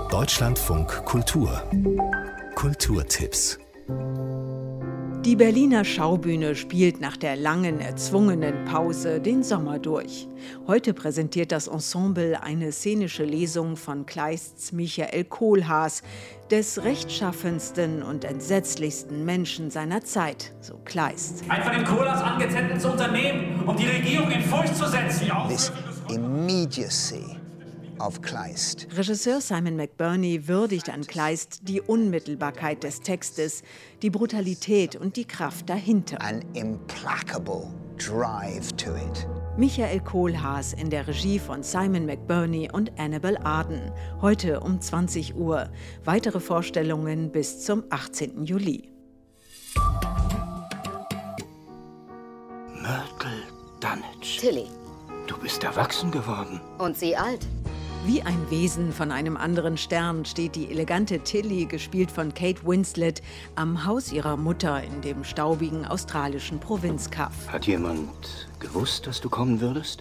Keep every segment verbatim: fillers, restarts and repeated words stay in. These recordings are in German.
Deutschlandfunk Kultur. Kulturtipps. Die Berliner Schaubühne spielt nach der langen, erzwungenen Pause den Sommer durch. Heute präsentiert das Ensemble eine szenische Lesung von Kleists Michael Kohlhaas, des rechtschaffensten und entsetzlichsten Menschen seiner Zeit, so Kleist. Ein von den Kohlhaas angezetteltes Unternehmen, um die Regierung in Furcht zu setzen. This immediacy of Kleist. Regisseur Simon McBurney würdigt an Kleist die Unmittelbarkeit des Textes, die Brutalität und die Kraft dahinter. An implacable drive to it. Michael Kohlhaas in der Regie von Simon McBurney und Annabel Arden. Heute um zwanzig Uhr. Weitere Vorstellungen bis zum achtzehnten Juli. Myrtle Dunnage. Tilly. Du bist erwachsen geworden. Und sie alt. Wie ein Wesen von einem anderen Stern steht die elegante Tilly, gespielt von Kate Winslet, am Haus ihrer Mutter in dem staubigen australischen Provinzkaff. Hat jemand gewusst, dass du kommen würdest?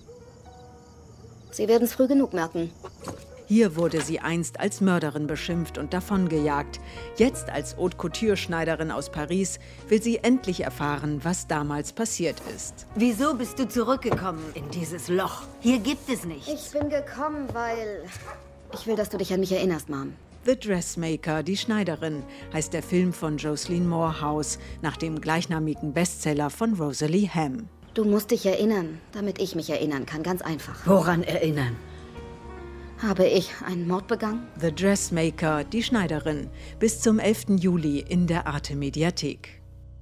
Sie werden es früh genug merken. Hier wurde sie einst als Mörderin beschimpft und davongejagt. Jetzt als Haute-Couture-Schneiderin aus Paris will sie endlich erfahren, was damals passiert ist. Wieso bist du zurückgekommen in dieses Loch? Hier gibt es nichts. Ich bin gekommen, weil... Ich will, dass du dich an mich erinnerst, Mom. The Dressmaker, die Schneiderin, heißt der Film von Jocelyn Moorhouse, nach dem gleichnamigen Bestseller von Rosalie Ham. Du musst dich erinnern, damit ich mich erinnern kann, ganz einfach. Woran erinnern? Habe ich einen Mord begangen? The Dressmaker, die Schneiderin, bis zum elften Juli in der Arte-Mediathek.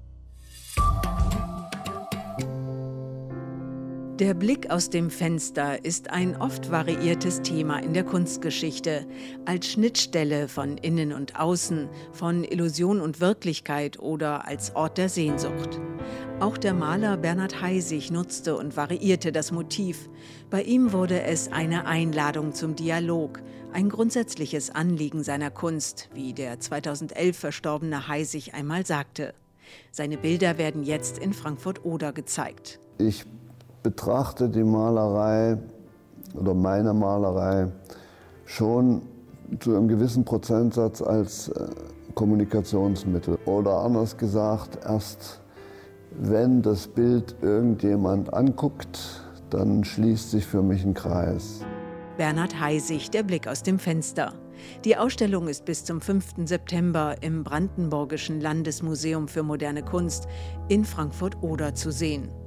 Der Blick aus dem Fenster ist ein oft variiertes Thema in der Kunstgeschichte, als Schnittstelle von Innen und Außen, von Illusion und Wirklichkeit oder als Ort der Sehnsucht. Auch der Maler Bernhard Heisig nutzte und variierte das Motiv. Bei ihm wurde es eine Einladung zum Dialog, ein grundsätzliches Anliegen seiner Kunst, wie der zweitausendelf verstorbene Heisig einmal sagte. Seine Bilder werden jetzt in Frankfurt-Oder gezeigt. Ich betrachte die Malerei oder meine Malerei schon zu einem gewissen Prozentsatz als äh, Kommunikationsmittel. Oder anders gesagt, erst wenn das Bild irgendjemand anguckt, dann schließt sich für mich ein Kreis. Bernhard Heisig, der Blick aus dem Fenster. Die Ausstellung ist bis zum fünften September im Brandenburgischen Landesmuseum für moderne Kunst in Frankfurt-Oder zu sehen.